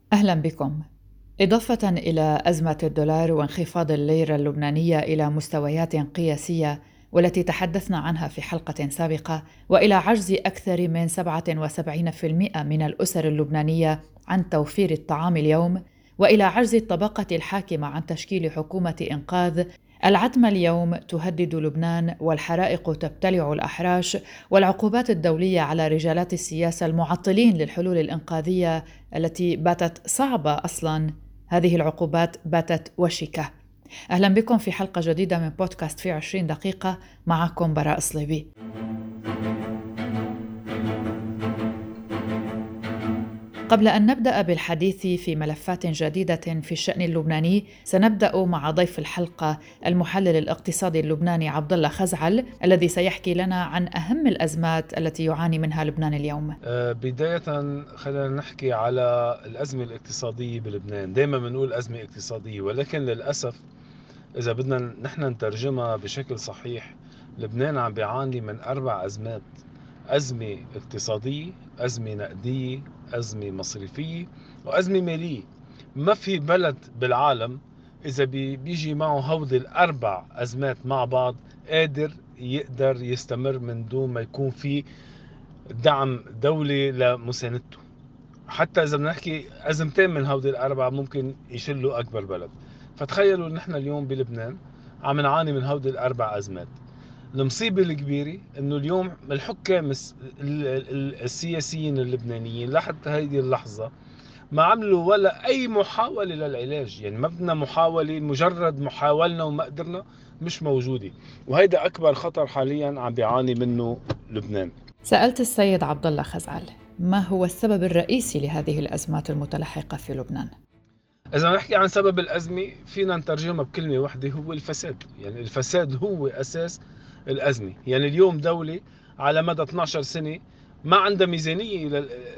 أهلا بكم. إضافة إلى أزمة الدولار وانخفاض الليرة اللبنانية إلى مستويات قياسية والتي تحدثنا عنها في حلقة سابقة، وإلى عجز أكثر من 77% من الأسر اللبنانية عن توفير الطعام اليوم، وإلى عجز الطبقة الحاكمة عن تشكيل حكومة إنقاذ، العتمة اليوم تهدد لبنان والحرائق تبتلع الأحراش، والعقوبات الدولية على رجالات السياسة المعطلين للحلول الإنقاذية التي باتت صعبة أصلاً. هذه العقوبات باتت وشكة. أهلا بكم في حلقة جديدة من بودكاست في 20 دقيقة، معكم براء صليبي. قبل أن نبدأ بالحديث في ملفات جديدة في الشأن اللبناني، سنبدأ مع ضيف الحلقة المحلل الاقتصادي اللبناني عبد الله خزعل، الذي سيحكي لنا عن أهم الأزمات التي يعاني منها لبنان اليوم. بداية خلينا نحكي على الأزمة الاقتصادية بلبنان. دائما بنقول أزمة اقتصادية، ولكن للأسف إذا بدنا نحن نترجمها بشكل صحيح، لبنان عم بيعاني من 4 أزمات: أزمة اقتصادية، أزمة نقدية، أزمة مصرفية، وأزمة مالية. ما في بلد بالعالم إذا بيجي معه هودي ال4 أزمات مع بعض يقدر يستمر من دون ما يكون في دعم دولي لمساندته. حتى إذا بدنا نحكي أزمتين من هودي ال4 ممكن يشلوا أكبر بلد. فتخيلوا نحن اليوم بلبنان عم نعاني من هودي ال4 أزمات. المصيبة الكبيرة إنه اليوم الحكام السياسيين اللبنانيين لحتى هذه اللحظة ما عملوا ولا أي محاولة للعلاج. يعني ما بدنا محاولة، مجرد محاولنا وما قدرنا مش موجودة. وهيدا أكبر خطر حاليا عم بيعاني منه لبنان. سألت السيد عبد الله خزعل ما هو السبب الرئيسي لهذه الأزمات المتلاحقة في لبنان؟ إذا نحكي عن سبب الأزمة فينا نترجمها بكلمة واحدة، هو الفساد. يعني الفساد هو أساس الأزمة. يعني اليوم دولة على مدى 12 سنة ما عندها ميزانية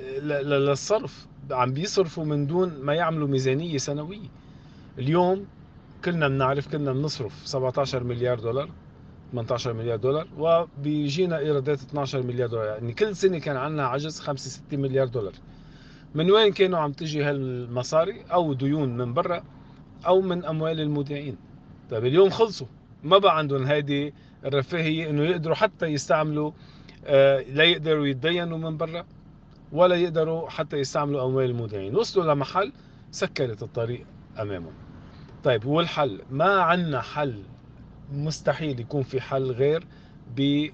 للصرف، عم بيصرفوا من دون ما يعملوا ميزانية سنوية. اليوم كلنا بنعرف كنا بنصرف 17 مليار دولار، 18 مليار دولار، وبيجينا إيرادات 12 مليار دولار. يعني كل سنة كان عندنا عجز 5-6 مليار دولار. من وين كانوا عم تجي هالمصاري؟ أو ديون من برا او من اموال المودعين. طيب اليوم خلصوا، ما بقى عندهم هذه الرفاهية انه يقدروا حتى يستعملوا، لا يقدروا يتدينوا من برا ولا يقدروا حتى يستعملوا اموال المودعين. وصلوا لمحل سكرت الطريق امامهم. طيب هو الحل؟ ما عندنا حل. مستحيل يكون في حل غير ب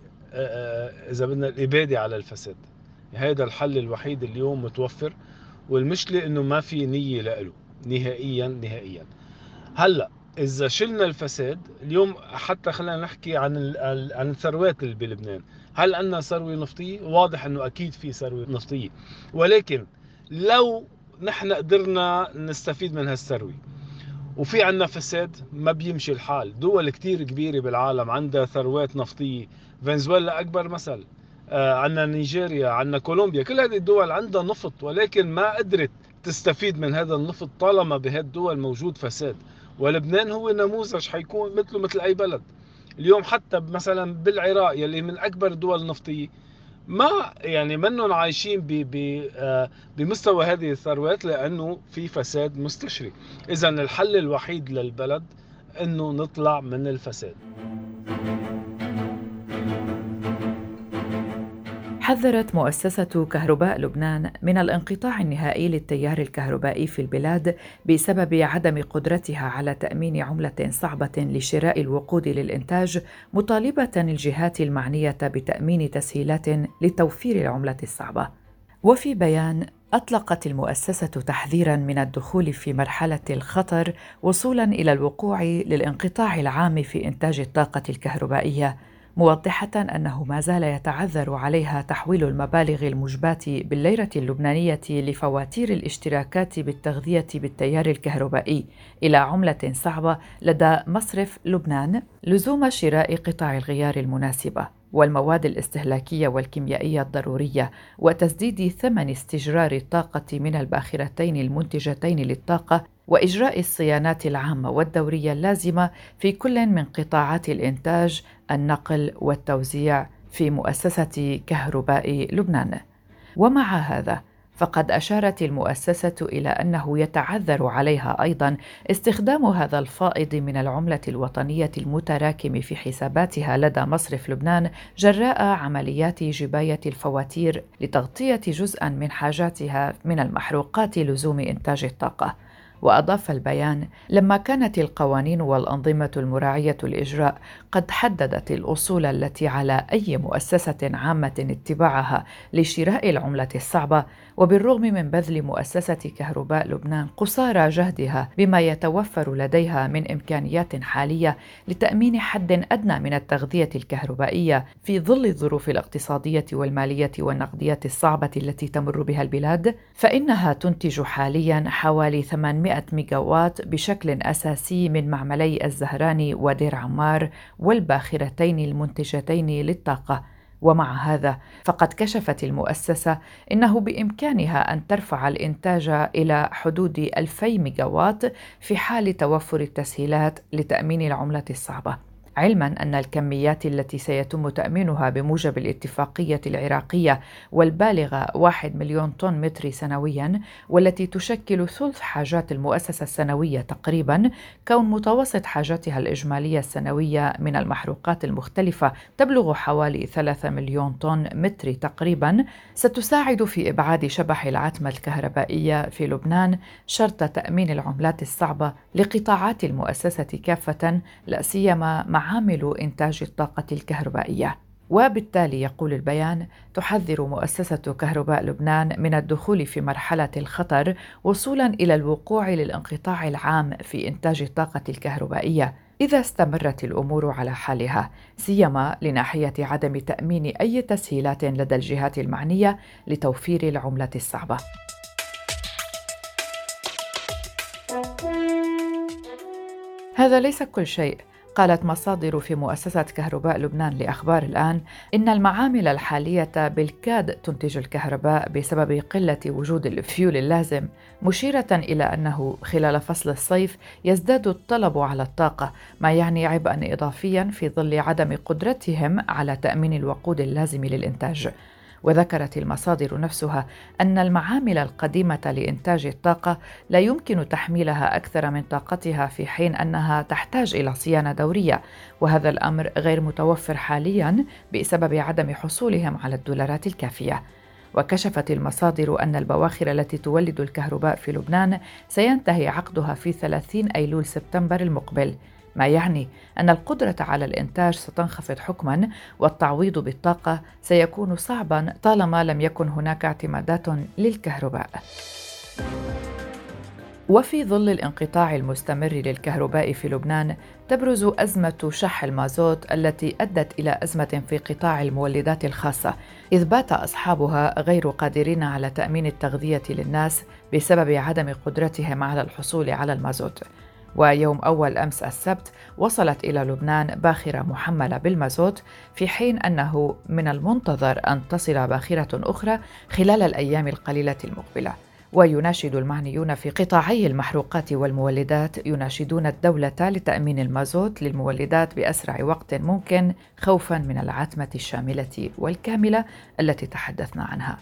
اذا بدنا الابادة على الفساد. هذا الحل الوحيد اليوم متوفر، والمشكلة انه ما في نية له نهائيا نهائيا. هلا اذا شلنا الفساد اليوم، حتى خلينا نحكي عن الثروات اللي بلبنان. هل عندنا ثروه نفطيه؟ واضح انه اكيد في ثروه نفطيه، ولكن لو نحن قدرنا نستفيد من هالثروه وفي عندنا فساد ما بيمشي الحال. دول كتير كبيره بالعالم عندها ثروات نفطيه. فنزويلا اكبر مثل، عندنا نيجيريا، عندنا كولومبيا، كل هذه الدول عندها نفط ولكن ما قدرت تستفيد من هذا النفط طالما بهذه الدول موجود فساد. ولبنان هو نموذج، حيكون مثله مثل اي بلد. اليوم حتى مثلا بالعراق يلي من اكبر الدول النفطيه، ما يعني منهم عايشين بمستوى هذه الثروات لانه في فساد مستشري. اذا الحل الوحيد للبلد انه نطلع من الفساد. حذرت مؤسسة كهرباء لبنان من الانقطاع النهائي للتيار الكهربائي في البلاد بسبب عدم قدرتها على تأمين عملة صعبة لشراء الوقود للإنتاج، مطالبة الجهات المعنية بتأمين تسهيلات لتوفير العملة الصعبة. وفي بيان أطلقت المؤسسة تحذيراً من الدخول في مرحلة الخطر وصولاً إلى الوقوع للانقطاع العام في إنتاج الطاقة الكهربائية، موضحة أنه ما زال يتعذر عليها تحويل المبالغ المجباة بالليرة اللبنانية لفواتير الاشتراكات بالتغذية بالتيار الكهربائي إلى عملة صعبة لدى مصرف لبنان، لزوم شراء قطع الغيار المناسبة والمواد الاستهلاكية والكيميائية الضرورية، وتسديد ثمن استجرار الطاقة من الباخرتين المنتجتين للطاقة، وإجراء الصيانات العامة والدورية اللازمة في كل من قطاعات الإنتاج، النقل والتوزيع في مؤسسة كهرباء لبنان. ومع هذا فقد أشارت المؤسسة إلى أنه يتعذر عليها أيضاً استخدام هذا الفائض من العملة الوطنية المتراكم في حساباتها لدى مصرف لبنان جراء عمليات جباية الفواتير لتغطية جزءاً من حاجاتها من المحروقات لزوم إنتاج الطاقة. وأضاف البيان: لما كانت القوانين والأنظمة المراعية الإجراء قد حددت الأصول التي على أي مؤسسة عامة اتباعها لشراء العملة الصعبة، وبالرغم من بذل مؤسسة كهرباء لبنان قصارى جهدها بما يتوفر لديها من إمكانيات حالية لتأمين حد أدنى من التغذية الكهربائية في ظل الظروف الاقتصادية والمالية والنقدية الصعبة التي تمر بها البلاد، فإنها تنتج حالياً حوالي 800 ميجاوات بشكل أساسي من معملي الزهراني ودير عمار والباخرتين المنتجتين للطاقة. ومع هذا فقد كشفت المؤسسة إنه بإمكانها أن ترفع الإنتاج إلى حدود 2000 ميجاوات في حال توفر التسهيلات لتأمين العملة الصعبة، علماً أن الكميات التي سيتم تأمينها بموجب الاتفاقية العراقية والبالغة 1 مليون طن متر سنوياً، والتي تشكل ثلث حاجات المؤسسة السنوية تقريباً، كون متوسط حاجاتها الإجمالية السنوية من المحروقات المختلفة تبلغ حوالي 3 مليون طن متر تقريباً، ستساعد في إبعاد شبح العتمة الكهربائية في لبنان شرط تأمين العملات الصعبة لقطاعات المؤسسة كافة، لا سيما معامل إنتاج الطاقة الكهربائية. وبالتالي يقول البيان: تحذر مؤسسة كهرباء لبنان من الدخول في مرحلة الخطر وصولاً إلى الوقوع للانقطاع العام في إنتاج الطاقة الكهربائية إذا استمرت الأمور على حالها، سيما لناحية عدم تأمين أي تسهيلات لدى الجهات المعنية لتوفير العملة الصعبة. هذا ليس كل شيء. قالت مصادر في مؤسسة كهرباء لبنان لأخبار الآن إن المعامل الحالية بالكاد تنتج الكهرباء بسبب قلة وجود الفيول اللازم، مشيرة إلى أنه خلال فصل الصيف يزداد الطلب على الطاقة، ما يعني عبئاً إضافياً في ظل عدم قدرتهم على تأمين الوقود اللازم للإنتاج. وذكرت المصادر نفسها أن المعامل القديمة لإنتاج الطاقة لا يمكن تحميلها أكثر من طاقتها، في حين أنها تحتاج إلى صيانة دورية، وهذا الأمر غير متوفر حالياً بسبب عدم حصولهم على الدولارات الكافية. وكشفت المصادر أن البواخر التي تولد الكهرباء في لبنان سينتهي عقدها في 30 أيلول سبتمبر المقبل، ما يعني أن القدرة على الإنتاج ستنخفض حكماً، والتعويض بالطاقة سيكون صعباً طالما لم يكن هناك اعتمادات للكهرباء. وفي ظل الانقطاع المستمر للكهرباء في لبنان، تبرز أزمة شح المازوت التي أدت إلى أزمة في قطاع المولدات الخاصة، إذ بات أصحابها غير قادرين على تأمين التغذية للناس بسبب عدم قدرتهم على الحصول على المازوت. ويوم أول أمس السبت وصلت إلى لبنان باخرة محملة بالمازوت، في حين أنه من المنتظر أن تصل باخرة أخرى خلال الأيام القليلة المقبلة. ويناشد المعنيون في قطاعي المحروقات والمولدات يناشدون الدولة لتأمين المازوت للمولدات بأسرع وقت ممكن، خوفاً من العتمة الشاملة والكاملة التي تحدثنا عنها.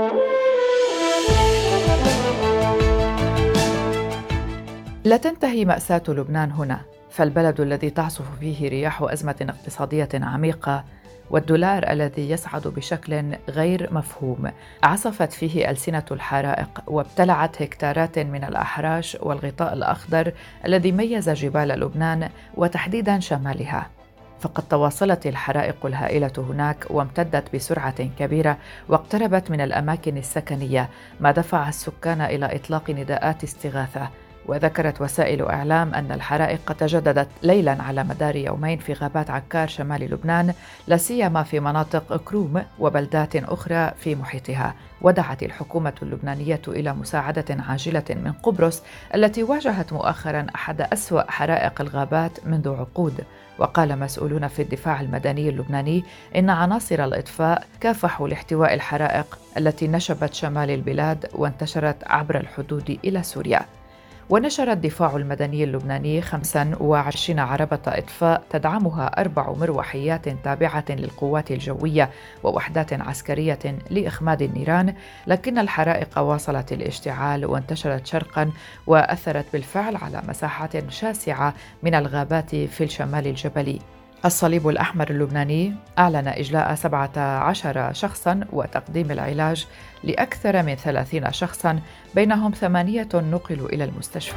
لا تنتهي مأساة لبنان هنا، فالبلد الذي تعصف فيه رياح أزمة اقتصادية عميقة والدولار الذي يصعد بشكل غير مفهوم عصفت فيه ألسنة الحرائق وابتلعت هكتارات من الأحراش والغطاء الأخضر الذي ميز جبال لبنان وتحديداً شمالها. فقد تواصلت الحرائق الهائلة هناك وامتدت بسرعة كبيرة واقتربت من الأماكن السكنية، ما دفع السكان إلى إطلاق نداءات استغاثة. وذكرت وسائل إعلام أن الحرائق تجددت ليلاً على مدار يومين في غابات عكار شمال لبنان، لا سيما في مناطق كروم وبلدات أخرى في محيطها. ودعت الحكومة اللبنانية إلى مساعدة عاجلة من قبرص التي واجهت مؤخراً أحد أسوأ حرائق الغابات منذ عقود. وقال مسؤولون في الدفاع المدني اللبناني إن عناصر الإطفاء كافحوا لاحتواء الحرائق التي نشبت شمال البلاد وانتشرت عبر الحدود إلى سوريا. ونشر الدفاع المدني اللبناني 25 عربة إطفاء تدعمها 4 مروحيات تابعة للقوات الجوية ووحدات عسكرية لإخماد النيران، لكن الحرائق واصلت الاشتعال وانتشرت شرقاً وأثرت بالفعل على مساحات شاسعة من الغابات في الشمال الجبلي. الصليب الأحمر اللبناني أعلن إجلاء 17 شخصاً وتقديم العلاج لأكثر من 30 شخصاً، بينهم 8 نقلوا إلى المستشفى.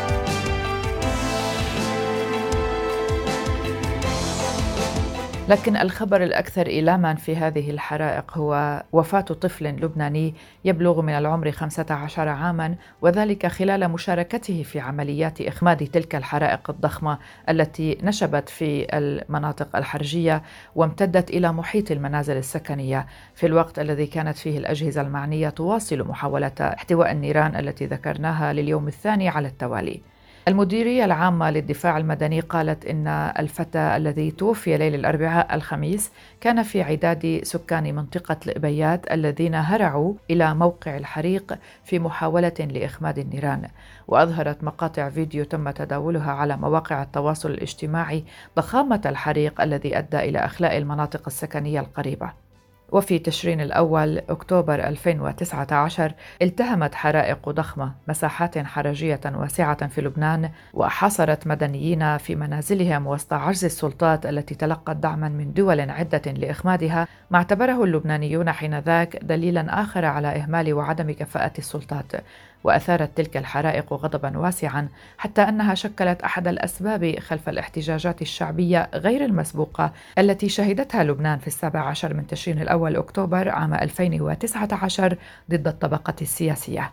لكن الخبر الأكثر إيلاما في هذه الحرائق هو وفاة طفل لبناني يبلغ من العمر 15 عاما، وذلك خلال مشاركته في عمليات إخماد تلك الحرائق الضخمة التي نشبت في المناطق الحرجية وامتدت إلى محيط المنازل السكنية، في الوقت الذي كانت فيه الأجهزة المعنية تواصل محاولة احتواء النيران التي ذكرناها لليوم الثاني على التوالي. المديرية العامة للدفاع المدني قالت إن الفتى الذي توفي ليل الأربعاء الخميس كان في عداد سكان منطقة الإبيات الذين هرعوا إلى موقع الحريق في محاولة لإخماد النيران. وأظهرت مقاطع فيديو تم تداولها على مواقع التواصل الاجتماعي ضخامة الحريق الذي أدى إلى إخلاء المناطق السكنية القريبة. وفي تشرين الأول أكتوبر 2019 التهمت حرائق ضخمة مساحات حرجية واسعة في لبنان وحاصرت مدنيين في منازلهم وسط عجز السلطات التي تلقت دعما من دول عدة لإخمادها، ما اعتبره اللبنانيون حينذاك دليلا آخر على إهمال وعدم كفاءة السلطات. وأثارت تلك الحرائق غضبا واسعا حتى أنها شكلت أحد الأسباب خلف الاحتجاجات الشعبية غير المسبوقة التي شهدتها لبنان في 17 من تشرين الأول أكتوبر عام 2019 ضد الطبقة السياسية.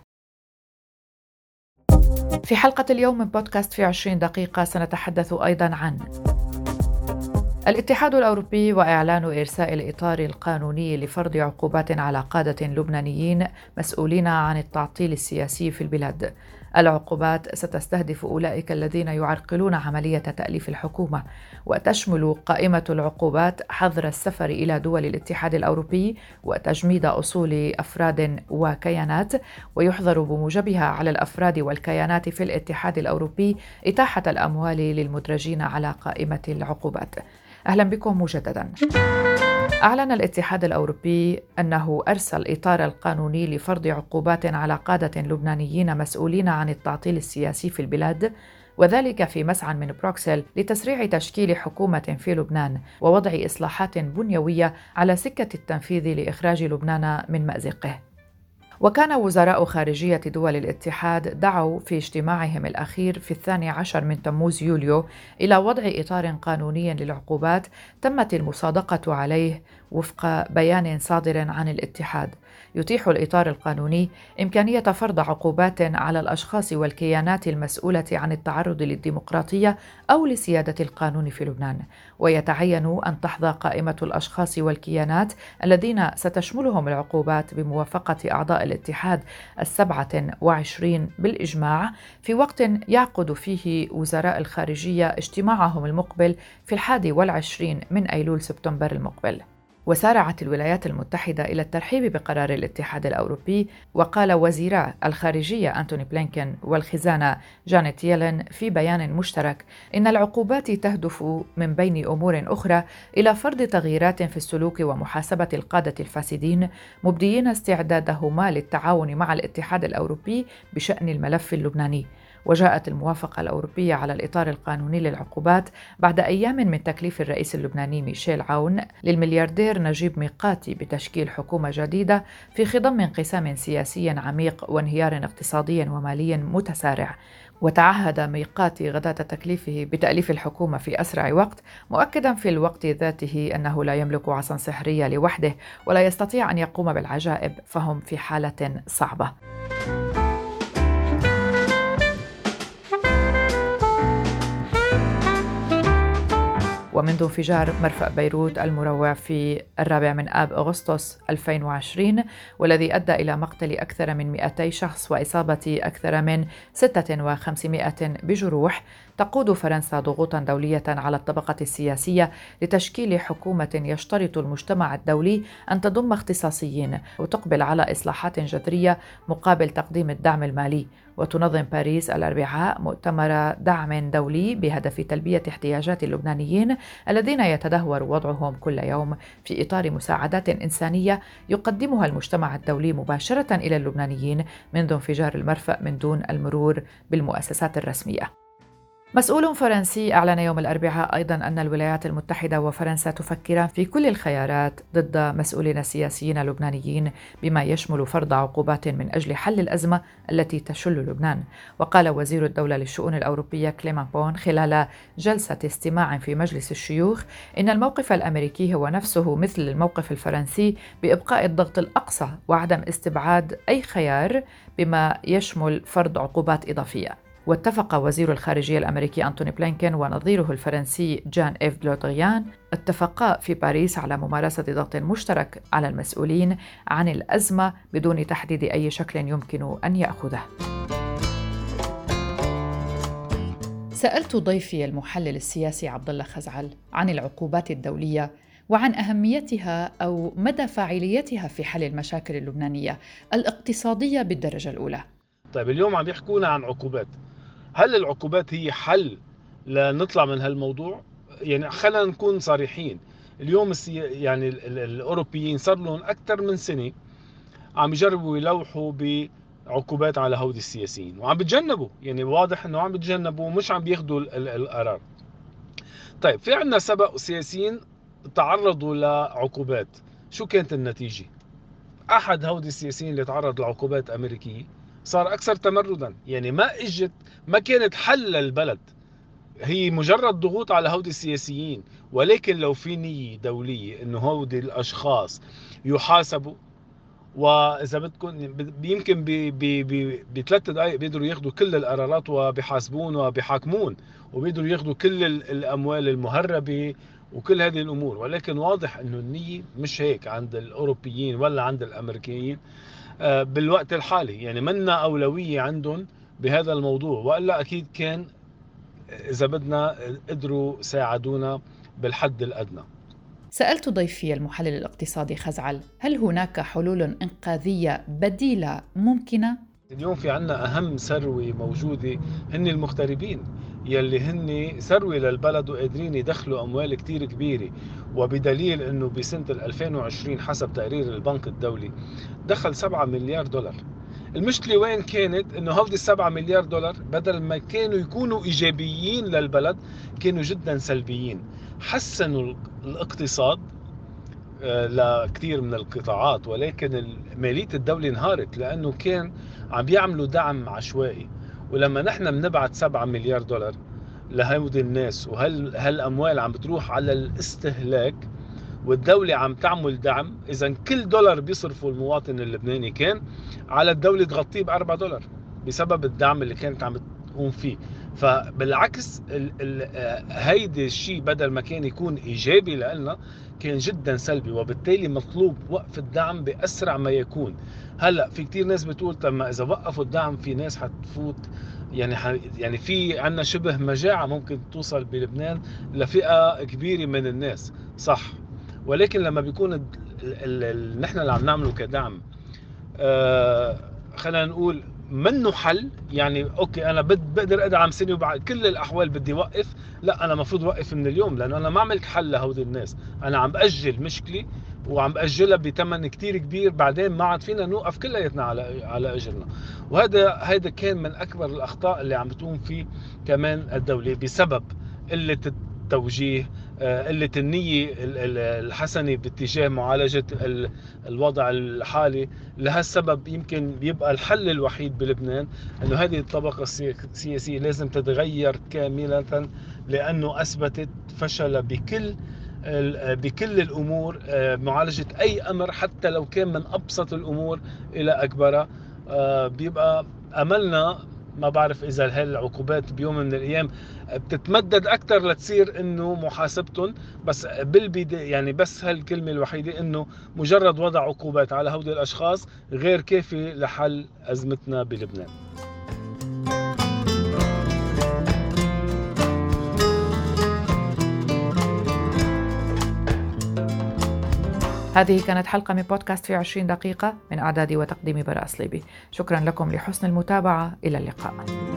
في حلقة اليوم من بودكاست في 20 دقيقة سنتحدث أيضا عن الاتحاد الأوروبي وإعلان إرساء الإطار القانوني لفرض عقوبات على قادة لبنانيين مسؤولين عن التعطيل السياسي في البلاد. العقوبات ستستهدف أولئك الذين يعرقلون عملية تأليف الحكومة، وتشمل قائمة العقوبات حظر السفر إلى دول الاتحاد الأوروبي وتجميد أصول أفراد وكيانات، ويحظر بموجبها على الأفراد والكيانات في الاتحاد الأوروبي إتاحة الأموال للمدرجين على قائمة العقوبات. أهلا بكم مجددا. أعلن الاتحاد الأوروبي أنه أرسل الإطار القانوني لفرض عقوبات على قادة لبنانيين مسؤولين عن التعطيل السياسي في البلاد، وذلك في مسعى من بروكسل لتسريع تشكيل حكومة في لبنان ووضع إصلاحات بنيوية على سكة التنفيذ لإخراج لبنان من مأزقه. وكان وزراء خارجية دول الاتحاد دعوا في اجتماعهم الأخير في 12 من تموز يوليو إلى وضع إطار قانوني للعقوبات تمت المصادقة عليه وفق بيان صادر عن الاتحاد. يتيح الإطار القانوني إمكانية فرض عقوبات على الأشخاص والكيانات المسؤولة عن التعرض للديمقراطية أو لسيادة القانون في لبنان، ويتعين أن تحظى قائمة الأشخاص والكيانات الذين ستشملهم العقوبات بموافقة أعضاء الاتحاد 27 بالإجماع في وقت يعقد فيه وزراء الخارجية اجتماعهم المقبل في 21 من أيلول سبتمبر المقبل. وسارعت الولايات المتحدة إلى الترحيب بقرار الاتحاد الأوروبي، وقال وزيرا الخارجية أنتوني بلينكن والخزانة جانيت يلين في بيان مشترك إن العقوبات تهدف من بين أمور أخرى إلى فرض تغييرات في السلوك ومحاسبة القادة الفاسدين، مبديين استعدادهما للتعاون مع الاتحاد الأوروبي بشأن الملف اللبناني. وجاءت الموافقة الأوروبية على الإطار القانوني للعقوبات بعد أيام من تكليف الرئيس اللبناني ميشيل عون للملياردير نجيب ميقاتي بتشكيل حكومة جديدة في خضم انقسام سياسي عميق وانهيار اقتصادي ومالي متسارع. وتعهد ميقاتي غداة تكليفه بتأليف الحكومة في أسرع وقت، مؤكدا في الوقت ذاته أنه لا يملك عصا سحرية لوحده ولا يستطيع أن يقوم بالعجائب، فهم في حالة صعبة. ومنذ انفجار مرفأ بيروت المروع في 4 من آب أغسطس 2020 والذي أدى إلى مقتل أكثر من 200 شخص وإصابة أكثر من 600 بجروح، تقود فرنسا ضغوطا دولية على الطبقة السياسية لتشكيل حكومة يشترط المجتمع الدولي أن تضم اختصاصيين وتقبل على إصلاحات جذرية مقابل تقديم الدعم المالي. وتنظم باريس الأربعاء مؤتمر دعم دولي بهدف تلبية احتياجات اللبنانيين الذين يتدهور وضعهم كل يوم في إطار مساعدات إنسانية يقدمها المجتمع الدولي مباشرة إلى اللبنانيين منذ انفجار المرفأ من دون المرور بالمؤسسات الرسمية. مسؤول فرنسي أعلن يوم الأربعاء أيضاً أن الولايات المتحدة وفرنسا تفكران في كل الخيارات ضد مسؤولين السياسيين اللبنانيين بما يشمل فرض عقوبات من أجل حل الأزمة التي تشل لبنان. وقال وزير الدولة للشؤون الأوروبية كليمان بون خلال جلسة استماع في مجلس الشيوخ إن الموقف الأمريكي هو نفسه مثل الموقف الفرنسي بإبقاء الضغط الأقصى وعدم استبعاد أي خيار بما يشمل فرض عقوبات إضافية. واتفق وزير الخارجية الأمريكي أنتوني بلينكين ونظيره الفرنسي جان إيف لودريان اتفقا في باريس على ممارسة ضغط مشترك على المسؤولين عن الأزمة بدون تحديد أي شكل يمكن أن يأخذه. سألت ضيفي المحلل السياسي عبدالله خزعل عن العقوبات الدولية وعن أهميتها أو مدى فاعليتها في حل المشاكل اللبنانية الاقتصادية بالدرجة الأولى. طيب اليوم عم يحكونا عن عقوبات، هل العقوبات هي حل لنطلع من هالموضوع؟ يعني خلينا نكون صريحين، اليوم يعني الأوروبيين صار لهم أكثر من سنة عم يجربوا يلوحوا بعقوبات على هودي السياسيين وعم بتجنبوا، يعني واضح انه عم بتجنبوا ومش عم بياخدوا القرار. طيب في عندنا سبق سياسيين تعرضوا لعقوبات، شو كانت النتيجة؟ أحد هودي السياسيين اللي تعرض لعقوبات أمريكية صار أكثر تمردا، يعني ما كانت حل للبلد، هي مجرد ضغوط على هودي السياسيين. ولكن لو في نية دولية إنه هودي الأشخاص يحاسبوا، وإذا بدكم يمكن بثلاث دقائق بيقدروا ياخذوا كل القرارات وبيحاسبون وبيحاكمون وبيقدروا ياخذوا كل الأموال المهربة وكل هذه الأمور. ولكن واضح إنه النية مش هيك عند الأوروبيين ولا عند الأمريكيين بالوقت الحالي، يعني منا أولوية عندهم بهذا الموضوع، وإلا أكيد كان إذا بدنا قدروا ساعدونا بالحد الأدنى. سألت ضيفي المحلل الاقتصادي خزعل هل هناك حلول إنقاذية بديلة ممكنة؟ اليوم في عنا أهم ثروة موجودة هن المغتربين، يلي هن ثروة للبلد وقادرين يدخلوا أموال كتير كبيرة، وبدليل أنه بسنة 2020 حسب تقرير البنك الدولي دخل 7 مليار دولار. المشكلة وين كانت؟ انه هودي ال7 مليار دولار بدل ما كانوا يكونوا ايجابيين للبلد كانوا جدا سلبيين، حسنوا الاقتصاد لكثير من القطاعات، ولكن مالية الدولة انهارت لانه كان عم بيعملوا دعم عشوائي. ولما نحن بنبعت 7 مليار دولار لهودي الناس وهالاموال عم بتروح على الاستهلاك والدولة عم تعمل دعم، إذا كل دولار بيصرفه المواطن اللبناني كان على الدولة تغطيه ب$4 بسبب الدعم اللي كانت عم تقوم فيه. فبالعكس هيدي الشيء بدل ما كان يكون إيجابي لنا كان جدا سلبي، وبالتالي مطلوب وقف الدعم بأسرع ما يكون. هلأ في كتير ناس بتقول طب ما إذا وقفوا الدعم في ناس حتفوت، يعني في عنا شبه مجاعة ممكن توصل بلبنان لفئة كبيرة من الناس، صح. ولكن لما بيكون نحن اللي عم نعمله كدعم خلينا نقول منه حل، يعني اوكي انا بقدر ادعم سنه وبعد كل الاحوال بدي وقف، لا انا مفروض وقف من اليوم، لانه انا ما عملت حل لهودي الناس، انا عم باجل مشكله وعم باجلها بثمن كتير كبير، بعدين ما عاد فينا نوقف كلياتنا على اجرنا. وهذا كان من اكبر الاخطاء اللي عم بتقوم فيه كمان الدوله بسبب قله التوجيه، قلة النية الحسنة باتجاه معالجة الوضع الحالي. لهالسبب يمكن بيبقى الحل الوحيد بلبنان أنه هذه الطبقة السياسية لازم تتغير كاملة، لأنه أثبتت فشل بكل الأمور، معالجة أي أمر حتى لو كان من أبسط الأمور إلى أكبرها. بيبقى أملنا، ما بعرف إذا هالعقوبات بيوم من الأيام بتتمدد أكتر لتصير إنه محاسبتهم، بس بالبداية يعني بس هالكلمة الوحيدة إنه مجرد وضع عقوبات على هؤلاء الأشخاص غير كافي لحل أزمتنا بلبنان. هذه كانت حلقة من بودكاست في 20 دقيقة من إعدادي وتقديمي براء صليبي. شكرا لكم لحسن المتابعة. إلى اللقاء.